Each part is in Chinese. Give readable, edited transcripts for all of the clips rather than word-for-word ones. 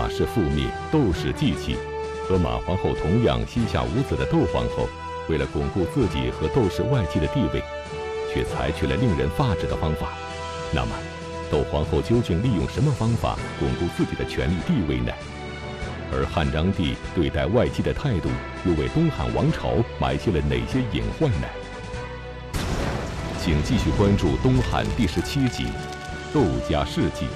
贾氏覆灭，窦氏继起，和马皇后同样膝下无子的窦皇后，为了巩固自己和窦氏外戚的地位，却采取了令人发指的方法。那么，窦皇后究竟利用什么方法巩固自己的权力地位呢？而汉章帝对待外戚的态度，又为东汉王朝埋下了哪些隐患呢？请继续关注东汉第17集《窦家世纪》。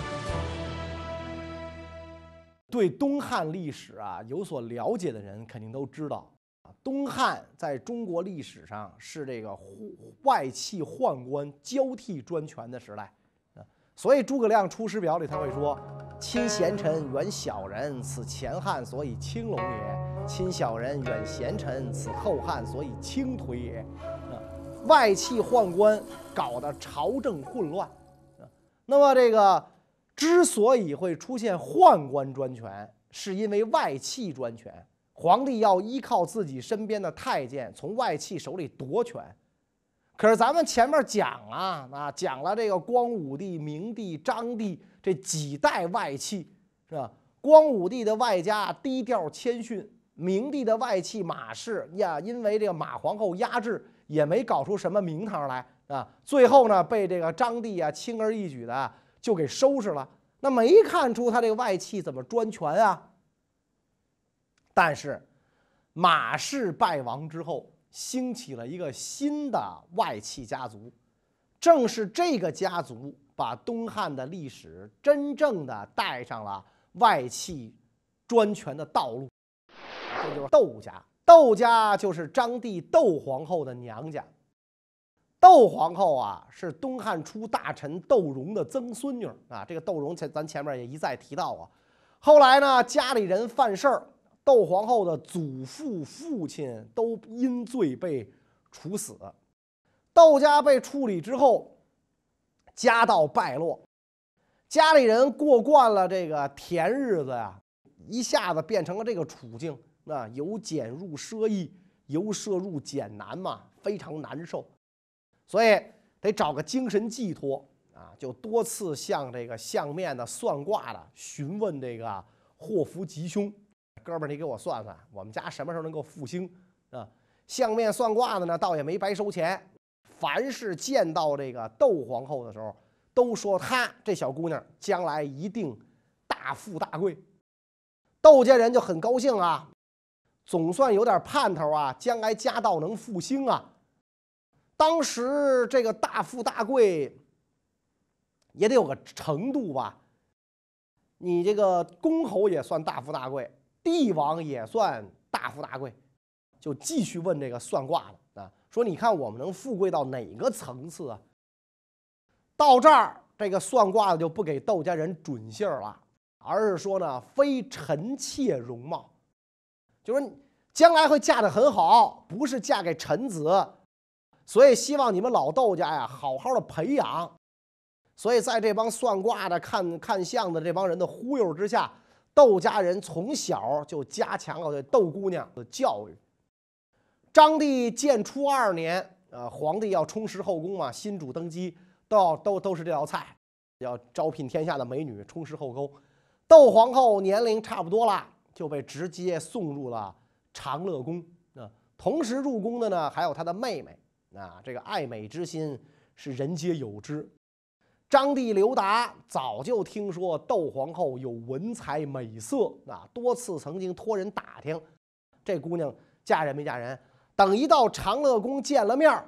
对东汉历史有所了解的人肯定都知道，东汉在中国历史上是这个外戚宦官交替专权的时代。所以诸葛亮《出师表》里他会说：“亲贤臣，远小人，此前汉所以兴隆也；亲小人，远贤臣，此后汉所以倾颓也。”外戚宦官搞得朝政混乱。那么这个之所以会出现宦官专权，是因为外戚专权，皇帝要依靠自己身边的太监从外戚手里夺权。可是咱们前面讲讲了这个光武帝、明帝、章帝这几代外戚，是吧？光武帝的外家低调谦逊，明帝的外戚马氏因为这个马皇后压制，也没搞出什么名堂来啊。最后呢，被这个章帝轻而易举的就给收拾了。那没看出他这个外戚怎么专权啊？但是马氏败亡之后，兴起了一个新的外戚家族，正是这个家族把东汉的历史真正的带上了外戚专权的道路。这就是窦家。窦家就是章帝窦皇后的娘家。窦皇后是东汉初大臣窦融的曾孙女这个窦融咱前面也一再提到过。后来呢，家里人犯事儿，窦皇后的祖父、父亲都因罪被处死。窦家被处理之后，家道败落，家里人过惯了这个甜日子一下子变成了这个处境。由俭入奢易，由奢入俭难嘛，非常难受。所以得找个精神寄托就多次向这个相面的、算卦的询问这个祸福吉凶。哥们儿，你给我算算，我们家什么时候能够复兴相面算卦的呢，倒也没白收钱。凡是见到这个窦皇后的时候，都说她这小姑娘将来一定大富大贵。窦家人就很高兴总算有点盼头将来家道能复兴当时这个大富大贵也得有个程度吧，你这个公侯也算大富大贵，帝王也算大富大贵，就继续问这个算卦的说你看我们能富贵到哪个层次到这儿，这个算卦的就不给窦家人准信了，而是说呢，非臣妾容貌，就是将来会嫁得很好，不是嫁给臣子，所以希望你们老窦家好好的培养。所以在这帮算卦的、看相的这帮人的忽悠之下，窦家人从小就加强了对窦姑娘的教育。章帝建初2年，皇帝要充实后宫嘛，新主登基都是这道菜，要招聘天下的美女，充实后宫。窦皇后年龄差不多了，就被直接送入了长乐宫。同时入宫的呢，还有她的妹妹。这个爱美之心是人皆有之。章帝刘达早就听说窦皇后有文才美色多次曾经托人打听这姑娘嫁人没嫁人。等一到长乐宫见了面，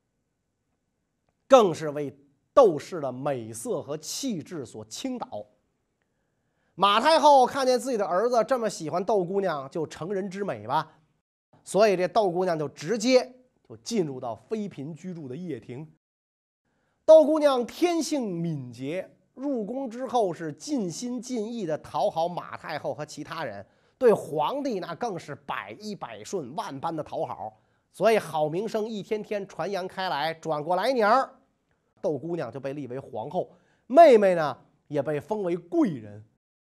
更是为窦氏的美色和气质所倾倒。马太后看见自己的儿子这么喜欢窦姑娘，就成人之美吧，所以这窦姑娘就直接就进入到妃嫔居住的掖庭。窦姑娘天性敏捷，入宫之后是尽心尽意的讨好马太后和其他人，对皇帝那更是百依百顺，万般的讨好，所以好名声一天天传扬开来。转过来年窦姑娘就被立为皇后，妹妹呢也被封为贵人。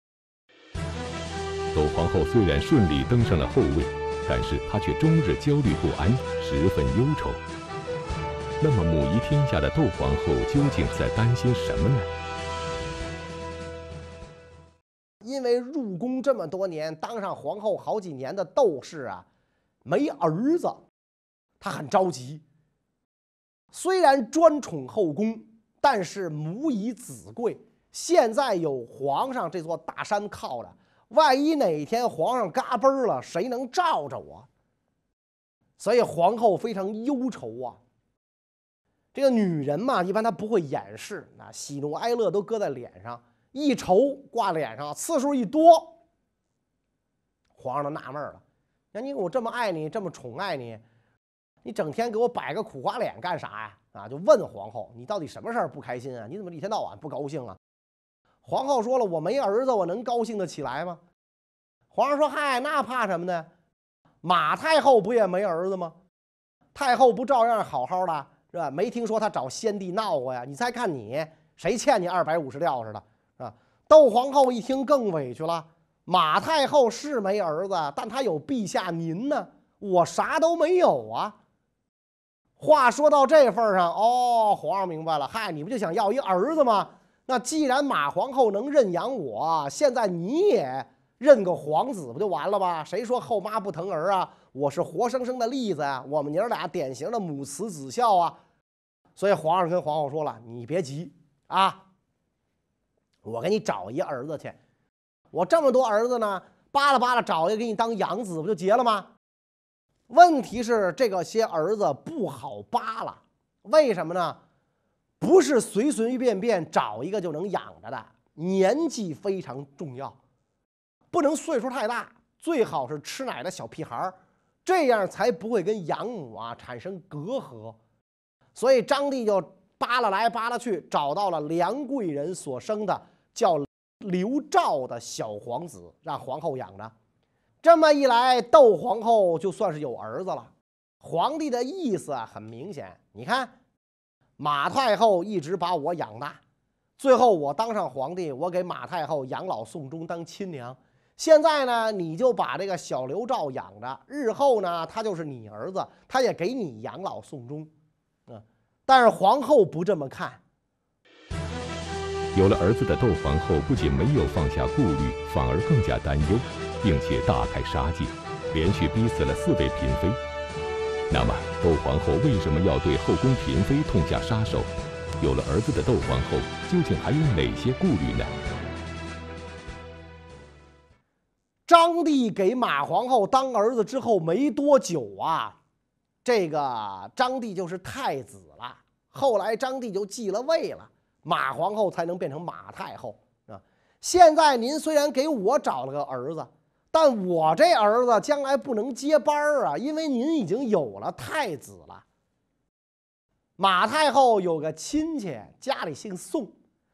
窦皇后虽然顺利登上了后位，但是她却终日焦虑不安，十分忧愁。那么母仪天下的窦皇后究竟在担心什么呢？ 因为入宫这么多年，当上皇后好几年的窦氏啊，没儿子，她很着急。虽然专宠后宫，但是母以子贵。现在有皇上这座大山靠着，万一哪天皇上嘎嘣了，谁能罩着我？所以皇后非常忧愁啊。这个女人嘛，一般她不会掩饰，喜怒哀乐都搁在脸上，一愁挂脸上，次数一多，皇上都纳闷了：那你我这么爱你，这么宠爱你，你整天给我摆个苦瓜脸干啥呀？就问皇后，你到底什么事儿不开心啊？你怎么一天到晚不高兴啊？皇后说了，我没儿子，我能高兴得起来吗？皇上说，嗨，那怕什么呢？马太后不也没儿子吗？太后不照样好好的，是吧？没听说她找先帝闹过呀？你再看你，谁欠你250吊似的，是吧？窦皇后一听更委屈了，马太后是没儿子，但她有陛下您呢，我啥都没有啊。话说到这份上，皇上明白了，嗨，你不就想要一儿子吗？那既然马皇后能认养我，现在你也认个皇子不就完了吧？谁说后妈不疼儿啊？我是活生生的例子啊！我们娘俩典型的母慈子孝啊！所以皇上跟皇后说了，你别急啊，我给你找一儿子去。我这么多儿子呢，扒拉扒拉找一个给你当养子不就结了吗？问题是这个些儿子不好扒拉，为什么呢？不是随随便便找一个就能养着的，年纪非常重要，不能岁数太大，最好是吃奶的小屁孩，这样才不会跟养母啊产生隔阂。所以张帝就扒拉来扒拉去，找到了梁贵人所生的叫刘肇的小皇子，让皇后养着。这么一来，窦皇后就算是有儿子了。皇帝的意思很明显，你看。马太后一直把我养大，最后我当上皇帝，我给马太后养老送终当亲娘。现在呢，你就把这个小刘肇养着，日后呢，他就是你儿子，他也给你养老送终。但是皇后不这么看。 有了儿子的窦皇后不仅没有放下顾虑，反而更加担忧，并且大开杀戒，连续逼死了4位嫔妃。那么，窦皇后为什么要对后宫嫔妃痛下杀手？有了儿子的窦皇后究竟还有哪些顾虑呢？ 张帝给马皇后当儿子之后没多久啊，这个张帝就是太子了。后来张帝就继了位了，马皇后才能变成马太后啊。现在您虽然给我找了个儿子，但我这儿子将来不能接班啊，因为您已经有了太子了。马太后有个亲戚，家里姓宋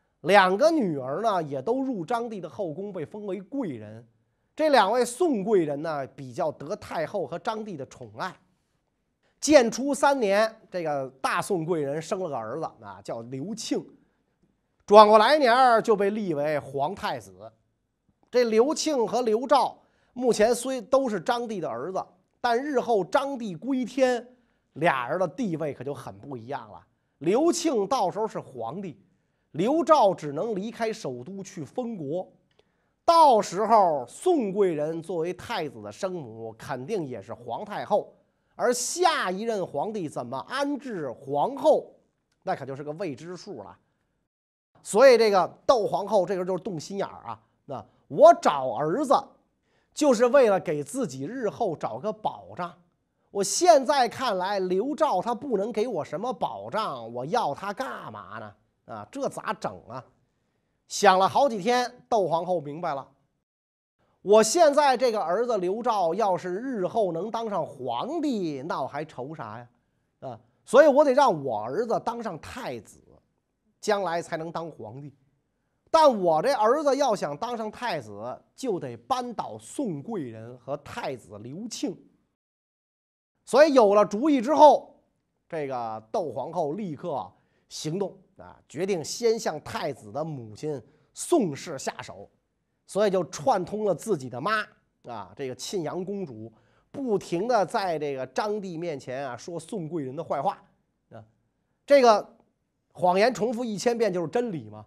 ，2个女儿呢也都入张帝的后宫，被封为贵人。这2位宋贵人呢，比较得太后和张帝的宠爱。建初3年，这个大宋贵人生了个儿子啊，叫刘庆，转过来年就被立为皇太子。这刘庆和刘肇目前虽都是张帝的儿子，但日后张帝归天，俩人的地位可就很不一样了。刘庆到时候是皇帝，刘肇只能离开首都去封国。到时候宋贵人作为太子的生母，肯定也是皇太后，而下一任皇帝怎么安置皇后，那可就是个未知数了。所以这个窦皇后这个就是动心眼儿啊，那我找儿子就是为了给自己日后找个保障。我现在看来，刘肇他不能给我什么保障，我要他干嘛呢？啊，这咋整啊？想了好几天，窦皇后明白了，我现在这个儿子刘肇要是日后能当上皇帝，那我还愁啥呀？啊，所以我得让我儿子当上太子，将来才能当皇帝。但我这儿子要想当上太子，就得扳倒宋贵人和太子刘庆。所以有了主意之后，这个窦皇后立刻行动啊，决定先向太子的母亲宋氏下手。所以就串通了自己的妈啊，这个沁阳公主，不停的在这个张帝面前啊说宋贵人的坏话啊。这个谎言重复1000遍就是真理嘛。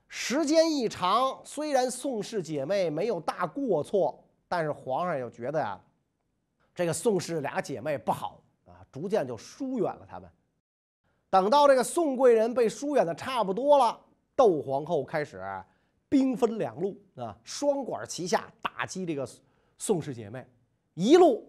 时间一长，虽然宋氏姐妹没有大过错，但是皇上又觉得呀，这个宋氏俩姐妹不好啊，逐渐就疏远了她们。等到这个宋贵人被疏远的差不多了，窦皇后开始兵分两路啊，双管齐下打击这个宋氏姐妹。一路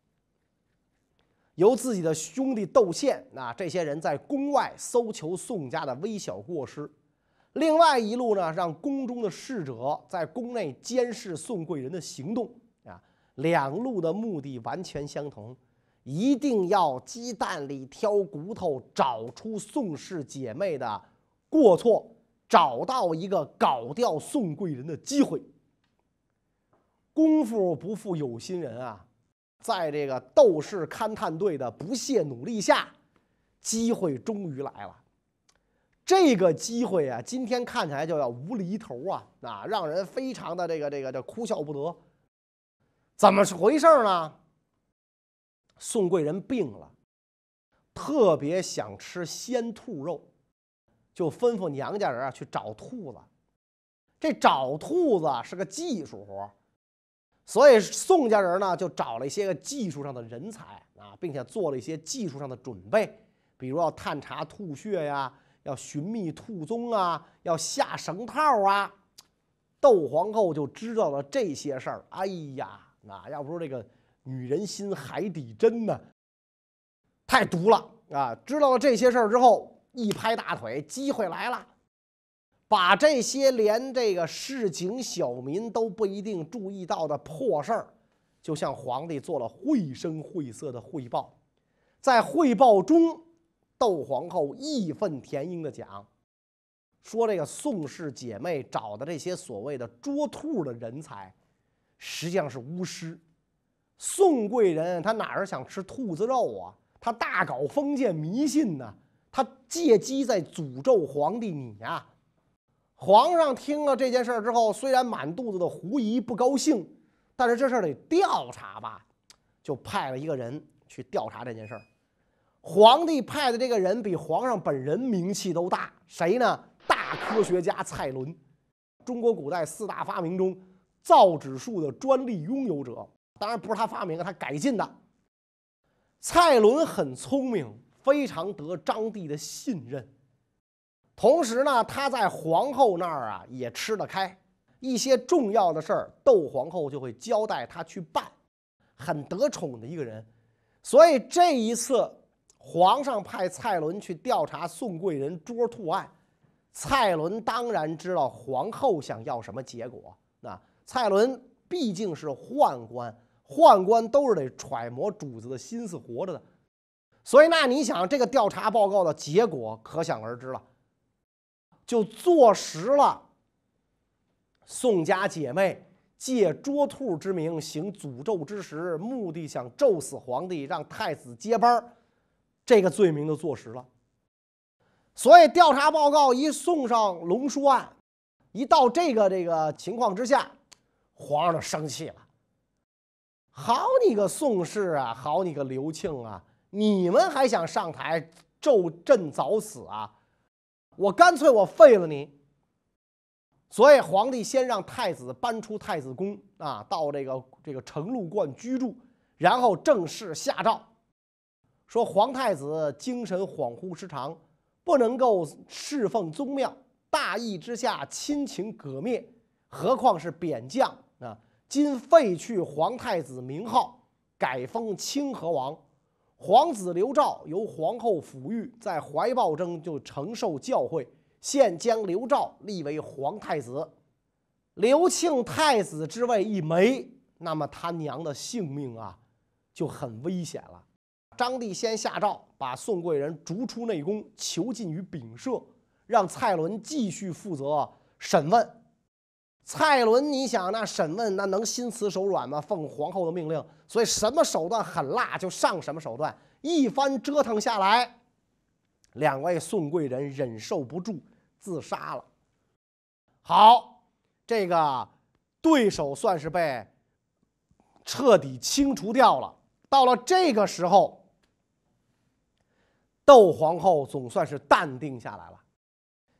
由自己的兄弟窦宪这些人在宫外搜求宋家的微小过失，另外一路呢，让宫中的侍者在宫内监视宋贵人的行动啊。两路的目的完全相同，一定要鸡蛋里挑骨头，找出宋氏姐妹的过错，找到一个搞掉宋贵人的机会。功夫不负有心人啊，在这个窦氏勘探队的不懈努力下，机会终于来了。这个机会啊，今天看起来就要无厘头啊，让人非常的这哭笑不得。怎么回事呢？宋贵人病了，特别想吃鲜兔肉，就吩咐娘家人去找兔子。这找兔子是个技术活，所以宋家人呢就找了一些个技术上的人才啊，并且做了一些技术上的准备，比如要探查兔穴呀，要寻觅兔踪啊，要下绳套啊。窦皇后就知道了这些事儿，哎呀，那要不说这个女人心海底针呢，太毒了啊！知道了这些事儿之后，一拍大腿，机会来了，把这些连这个市井小民都不一定注意到的破事儿，就向皇帝做了绘声绘色的汇报。在汇报中，窦皇后义愤填膺地讲，说这个宋氏姐妹找的这些所谓的捉兔的人才，实际上是巫师。宋贵人他哪是想吃兔子肉啊？他大搞封建迷信呢，他借机在诅咒皇帝你呀。皇上听了这件事之后，虽然满肚子的狐疑不高兴，但是这事得调查吧，就派了一个人去调查这件事。皇帝派的这个人比皇上本人名气都大，谁呢？大科学家蔡伦，中国古代4大发明中造纸术的专利拥有者。当然不是他发明的，他改进的。蔡伦很聪明，非常得张帝的信任。同时呢，他在皇后那儿也吃得开，一些重要的事儿，窦皇后就会交代他去办，很得宠的一个人。所以这一次，皇上派蔡伦去调查宋贵人捉兔案，蔡伦当然知道皇后想要什么结果。蔡伦毕竟是宦官。宦官都是得揣摩主子的心思活着的，所以那你想这个调查报告的结果可想而知了，就坐实了宋家姐妹借捉兔之名行诅咒之实，目的想咒死皇帝，让太子接班，这个罪名就坐实了。所以调查报告一送上龙书案，一到这个情况之下，皇上就生气了。好你个宋氏啊，好你个刘庆啊，你们还想上台咒朕早死啊？我干脆我废了你。所以皇帝先让太子搬出太子宫到这个承禄观居住，然后正式下诏说皇太子精神恍惚失常，不能够侍奉宗庙，大义之下亲情革灭，何况是贬将啊？今废去皇太子名号，改封清河王。皇子刘肇由皇后抚育，在怀抱中就承受教诲，现将刘肇立为皇太子。刘庆太子之位一没，那么他娘的性命就很危险了。张帝先下诏把宋贵人逐出内宫，囚禁于丙舍，让蔡伦继续负责审问。蔡伦，你想那审问那能心慈手软吗？奉皇后的命令，所以什么手段狠辣就上什么手段。一番折腾下来，两位宋贵人忍受不住，自杀了。好，这个对手算是被彻底清除掉了。到了这个时候，窦皇后总算是淡定下来了。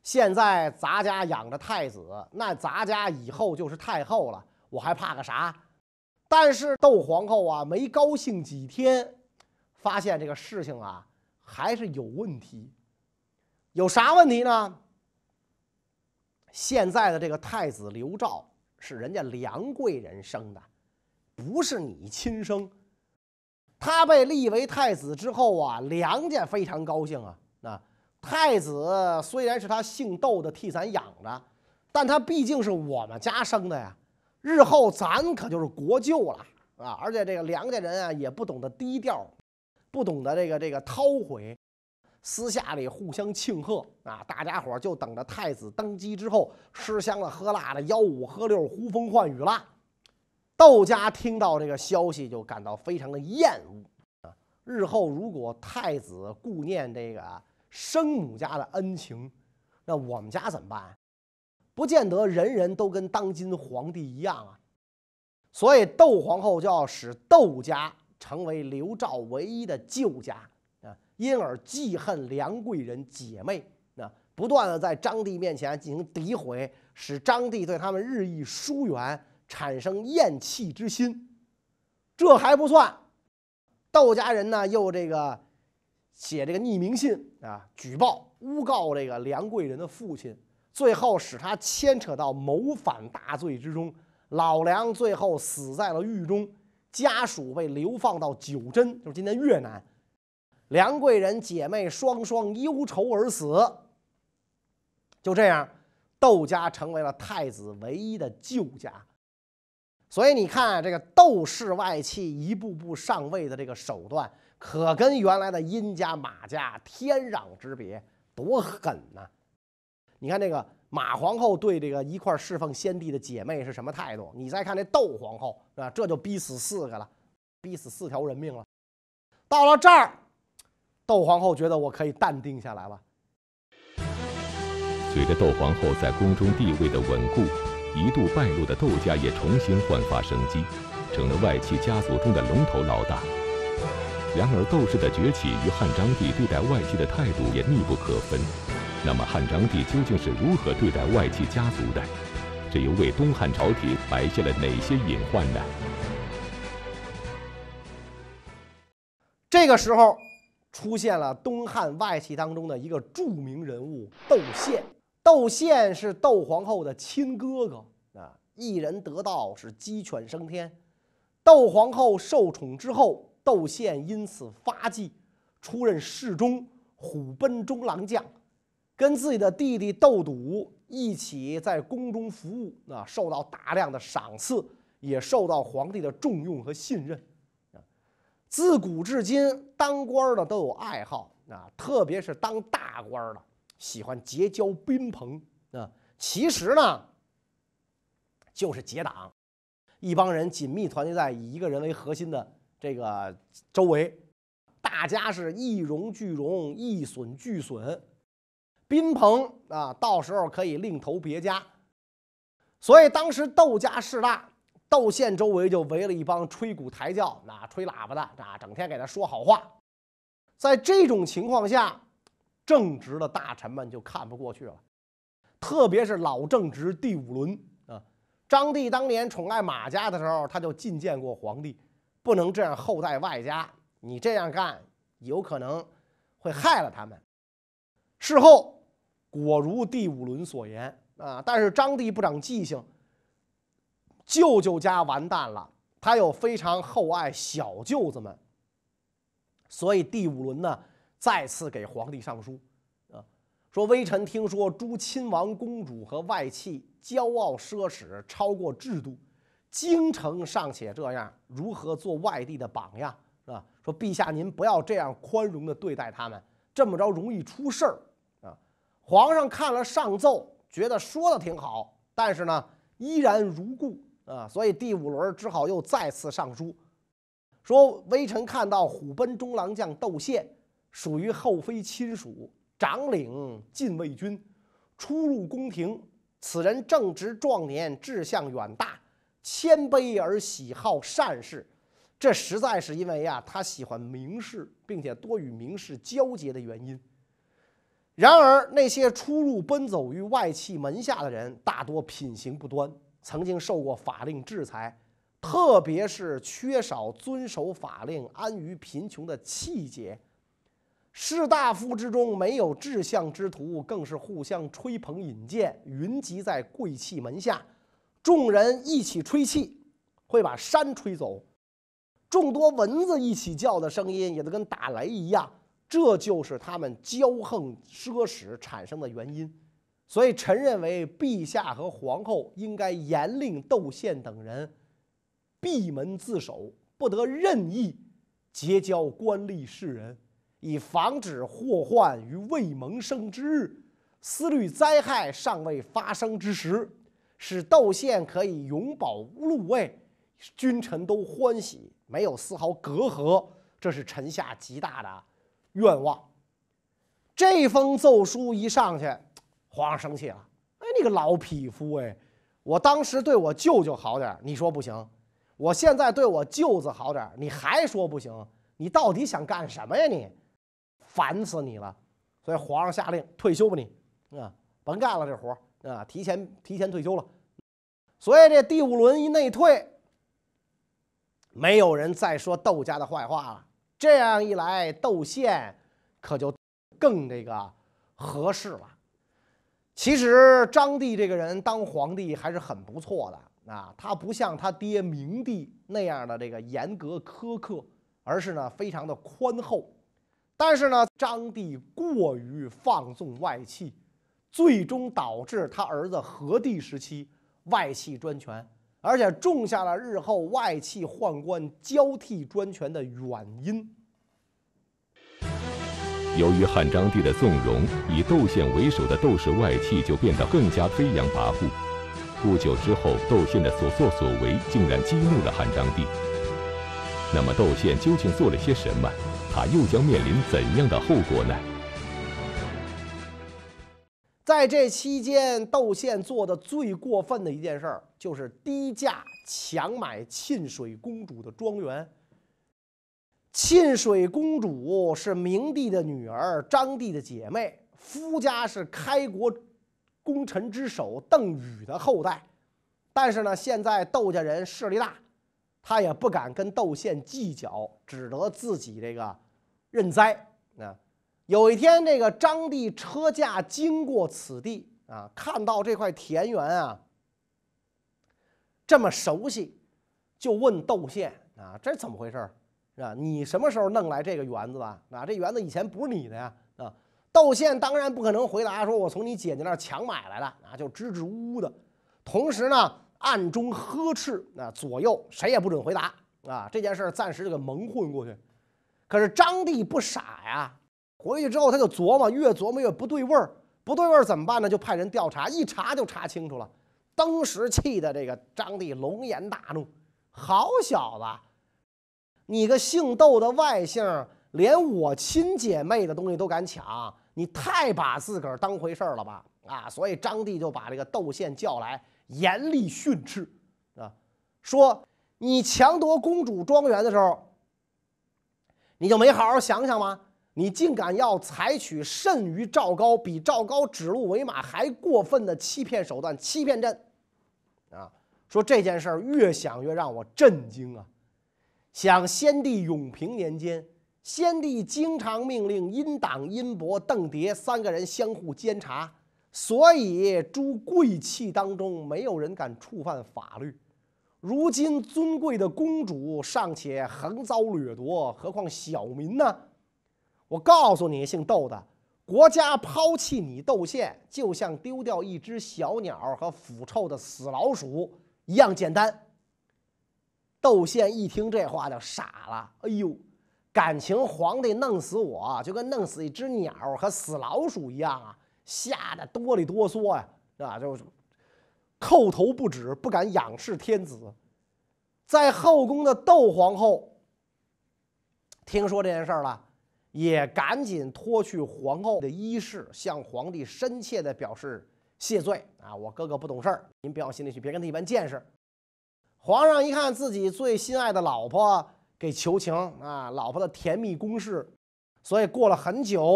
现在咱家养着太子，那咱家以后就是太后了，我还怕个啥？但是窦皇后啊，没高兴几天，发现这个事情啊还是有问题。有啥问题呢？现在的这个太子刘肇是人家梁贵人生的，不是你亲生。他被立为太子之后啊，梁家非常高兴啊。太子虽然是他姓窦的替咱养着，但他毕竟是我们家生的呀，日后咱可就是国舅了啊！而且这个梁家人啊，也不懂得低调，不懂得这个韬晦，私下里互相庆贺啊！大家伙就等着太子登基之后，吃香了喝辣的，吆五喝六，呼风唤雨了。窦家听到这个消息，就感到非常的厌恶啊！日后如果太子顾念这个生母家的恩情，那我们家怎么办？不见得人人都跟当今皇帝一样啊。所以窦皇后就要使窦家成为刘肇唯一的舅家啊，因而记恨梁贵人姐妹啊，不断的在张帝面前进行诋毁，使张帝对他们日益疏远，产生厌弃之心。这还不算，窦家人呢又写这个匿名信啊，举报诬告这个梁贵人的父亲，最后使他牵扯到谋反大罪之中。老梁最后死在了狱中，家属被流放到九真，就是今天越南。梁贵人姐妹双双忧愁而死。就这样，窦家成为了太子唯一的舅家。所以你看，这个窦氏外戚一步步上位的这个手段，可跟原来的殷家、马家天壤之别，多狠呐！你看这个马皇后对这个一块侍奉先帝的姐妹是什么态度？你再看这窦皇后啊，这就逼死4个了，逼死4条人命了。到了这儿，窦皇后觉得我可以淡定下来了。 随着窦皇后在宫中地位的稳固，一度败落的窦家也重新焕发生机，成了外戚家族中的龙头老大。然而窦氏的崛起与汉章帝对待外戚的态度也密不可分。那么汉章帝究竟是如何对待外戚家族的？这又为东汉朝廷埋下了哪些隐患呢？ 这个时候出现了东汉外戚当中的一个著名人物窦宪。窦宪是窦皇后的亲哥哥啊，一人得道是鸡犬升天。窦皇后受宠之后，窦宪因此发迹，出任侍中、虎贲中郎将，跟自己的弟弟窦笃一起在宫中服务啊，受到大量的赏赐，也受到皇帝的重用和信任。自古至今，当官的都有爱好啊，特别是当大官的，喜欢结交宾朋啊。其实呢，就是结党，一帮人紧密团结在以一个人为核心的这个周围，大家是一荣俱荣，一损俱损。宾朋啊，到时候可以另投别家。所以当时窦家势大，窦宪周围就围了一帮吹鼓抬轿、吹喇叭的啊，整天给他说好话。在这种情况下，正直的大臣们就看不过去了，特别是老正直第5轮啊。张帝当年宠爱马家的时候，他就进谏过皇帝，不能这样厚待外家，你这样干有可能会害了他们。事后果如第5轮所言啊，但是张帝不长记性，舅舅家完蛋了，他又非常厚爱小舅子们，所以第5轮呢再次给皇帝上书啊，说微臣听说诸亲王公主和外戚骄傲奢侈，超过制度，京城尚且这样，如何做外地的榜样啊？说陛下您不要这样宽容的对待他们，这么着容易出事儿啊。皇上看了上奏，觉得说的挺好，但是呢依然如故啊，所以第5轮只好又再次上书，说微臣看到虎贲中郎将窦宪属于后妃亲属，长领禁卫军，出入宫廷。此人正值壮年，志向远大，谦卑而喜好善事。这实在是因为他喜欢名士，并且多与名士交结的原因。 然而，那些出入奔走于外戚门下的人，大多品行不端，曾经受过法令制裁，特别是缺少遵守法令、安于贫穷的气节。士大夫之中没有志向之徒，更是互相吹捧引荐，云集在贵戚门下，众人一起吹气，会把山吹走；众多蚊子一起叫的声音，也都跟打雷一样。这就是他们骄横奢侈产生的原因。所以，臣认为陛下和皇后应该严令窦宪等人闭门自守，不得任意结交官吏士人，以防止祸患于未萌生之日，思虑灾害尚未发生之时，使窦宪可以永保禄位，君臣都欢喜，没有丝毫隔阂。这是臣下极大的愿望。这封奏书一上去，皇上生气了。哎，你个老匹夫！哎，我当时对我舅舅好点，你说不行；我现在对我舅子好点，你还说不行。你到底想干什么呀？你烦死你了！所以皇上下令退休吧你，甭干了这活啊，提前退休了。所以这第5轮一内退，没有人再说窦家的坏话了。这样一来，窦宪可就更合适了。其实张帝这个人当皇帝还是很不错的啊，他不像他爹明帝那样的严格苛刻，而是呢非常的宽厚。但是呢，张帝过于放纵外戚，最终导致他儿子和帝时期外戚专权，而且种下了日后外戚宦官交替专权的原因。 由于汉章帝的纵容，以窦宪为首的窦氏外戚就变得更加飞扬跋扈。不久之后，窦宪的所作所为竟然激怒了汉章帝。那么，窦宪究竟做了些什么？他又将面临怎样的后果呢？ 在这期间，窦宪做的最过分的一件事儿，就是低价强买沁水公主的庄园。沁水公主是明帝的女儿，张帝的姐妹，夫家是开国功臣之首邓禹的后代。但是呢，现在窦家人势力大，他也不敢跟窦宪计较，只得自己认栽啊。有一天，张帝车驾经过此地啊，看到这块田园啊这么熟悉，就问窦宪啊，这怎么回事啊？你什么时候弄来这个园子的啊？这园子以前不是你的呀啊！窦宪当然不可能回答说我从你姐姐那儿强买来的啊，就支支吾吾的。同时呢，暗中呵斥啊，左右谁也不准回答啊。这件事暂时就给蒙混过去。可是张帝不傻呀，回去之后他就琢磨，越琢磨越不对味儿。不对味儿怎么办呢？就派人调查，一查就查清楚了。当时气的张帝龙颜大怒，好小子！你个姓窦的外姓，连我亲姐妹的东西都敢抢，你太把自个儿当回事了吧？啊！所以张帝就把窦宪叫来，严厉训斥啊，说你强夺公主庄园的时候，你就没好好想想吗？你竟敢要采取甚于赵高，比赵高指鹿为马还过分的欺骗手段，欺骗朕啊！说这件事儿越想越让我震惊啊！想先帝永平年间，先帝经常命令殷党、殷伯、邓蝶3个人相互监察，所以诸贵戚当中没有人敢触犯法律。如今尊贵的公主尚且横遭掠夺，何况小民呢？我告诉你，姓窦的，国家抛弃你窦宪，就像丢掉一只小鸟和腐臭的死老鼠一样简单。窦宪一听这话就傻了，哎呦，感情皇帝弄死我就跟弄死一只鸟和死老鼠一样啊，吓得哆里哆嗦呀，啊，就叩头不止，不敢仰视天子。在后宫的窦皇后听说这件事了，也赶紧脱去皇后的衣饰，向皇帝深切地表示谢罪啊！我哥哥不懂事儿，您别往心里去，别跟他一般见识。皇上一看自己最心爱的老婆给求情啊，老婆的甜蜜攻势，所以过了很久，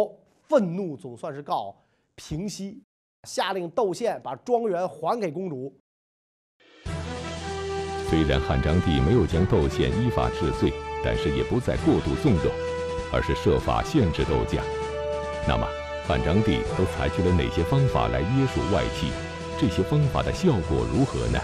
愤怒总算是告平息，下令窦宪把庄园还给公主。 虽然汉章帝没有将窦宪依法治罪，但是也不再过度纵容，而是设法限制窦家。那么，汉章帝都采取了哪些方法来约束外戚？这些方法的效果如何呢？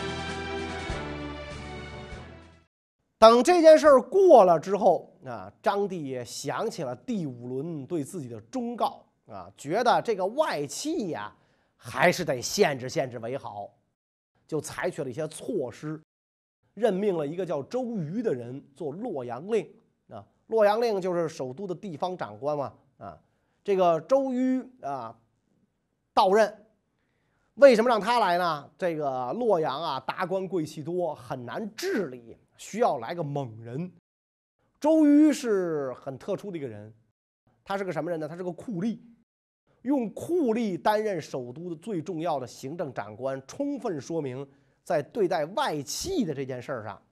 等这件事儿过了之后啊，章帝也想起了第5轮对自己的忠告啊，觉得这个外戚呀，还是得限制限制为好，就采取了一些措施，任命了一个叫周瑜的人做洛阳令啊。洛阳令就是首都的地方长官嘛啊。这个周瑜啊到任，为什么让他来呢？这个洛阳啊，达官贵气多，很难治理，需要来个猛人。周瑜是很特殊的一个人，他是个什么人呢？他是个酷吏，用酷吏担任首都的最重要的行政长官，充分说明在对待外戚的这件事上，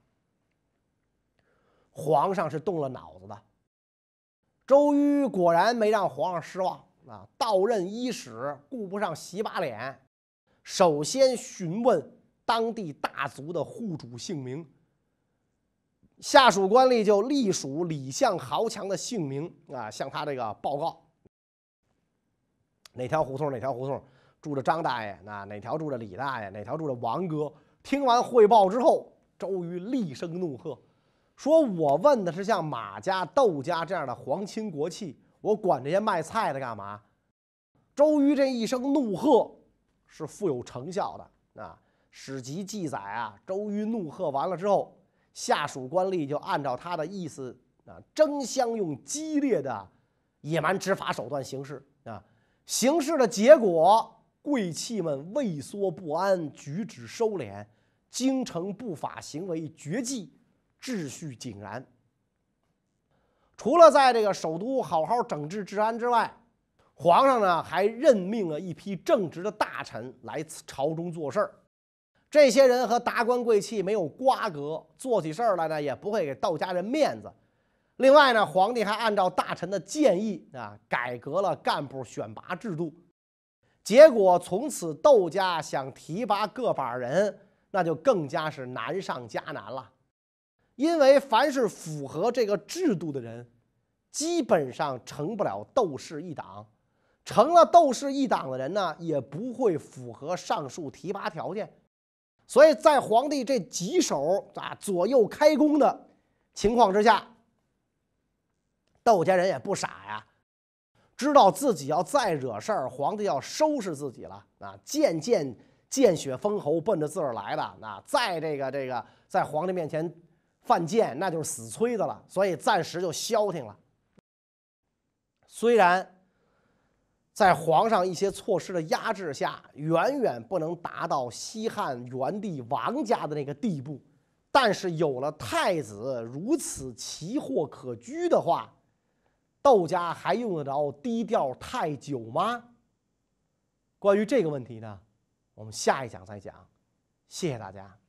皇上是动了脑子的。周瑜果然没让皇上失望啊！到任伊始，顾不上洗把脸，首先询问当地大族的户主姓名。下属官吏就隶属李相豪强的姓名啊，向他这个报告哪条胡同住着张大爷，哪条住着李大爷，哪条住着王哥。听完汇报之后，周瑜厉声怒喝，说我问的是像马家、窦家这样的皇亲国戚，我管这些卖菜的干嘛？周瑜这一声怒喝是富有成效的啊！史籍记载啊，周瑜怒喝完了之后，下属官吏就按照他的意思啊，争相用激烈的野蛮执法手段行事啊。行事的结果，贵戚们畏缩不安，举止收敛，京城不法行为绝迹，秩序井然。除了在这个首都好好整治治安之外，皇上呢还任命了一批正直的大臣来朝中做事儿。这些人和达官贵戚没有瓜葛，做起事儿来呢也不会给窦家人面子。另外呢，皇帝还按照大臣的建议啊，改革了干部选拔制度。结果从此窦家想提拔个把人，那就更加是难上加难了。因为凡是符合这个制度的人，基本上成不了窦氏一党。成了窦氏一党的人呢，也不会符合上述提拔条件。所以在皇帝这几手啊左右开弓的情况之下，窦家人也不傻呀，知道自己要再惹事儿，皇帝要收拾自己了啊！见血封喉，奔着自个儿来的啊！再这个在皇帝面前犯贱，那就是死催的了。所以暂时就消停了。虽然在皇上一些措施的压制下，远远不能达到西汉元帝王家的那个地步，但是有了太子如此奇货可居的话，窦家还用得着低调太久吗？关于这个问题呢，我们下一讲再讲。谢谢大家。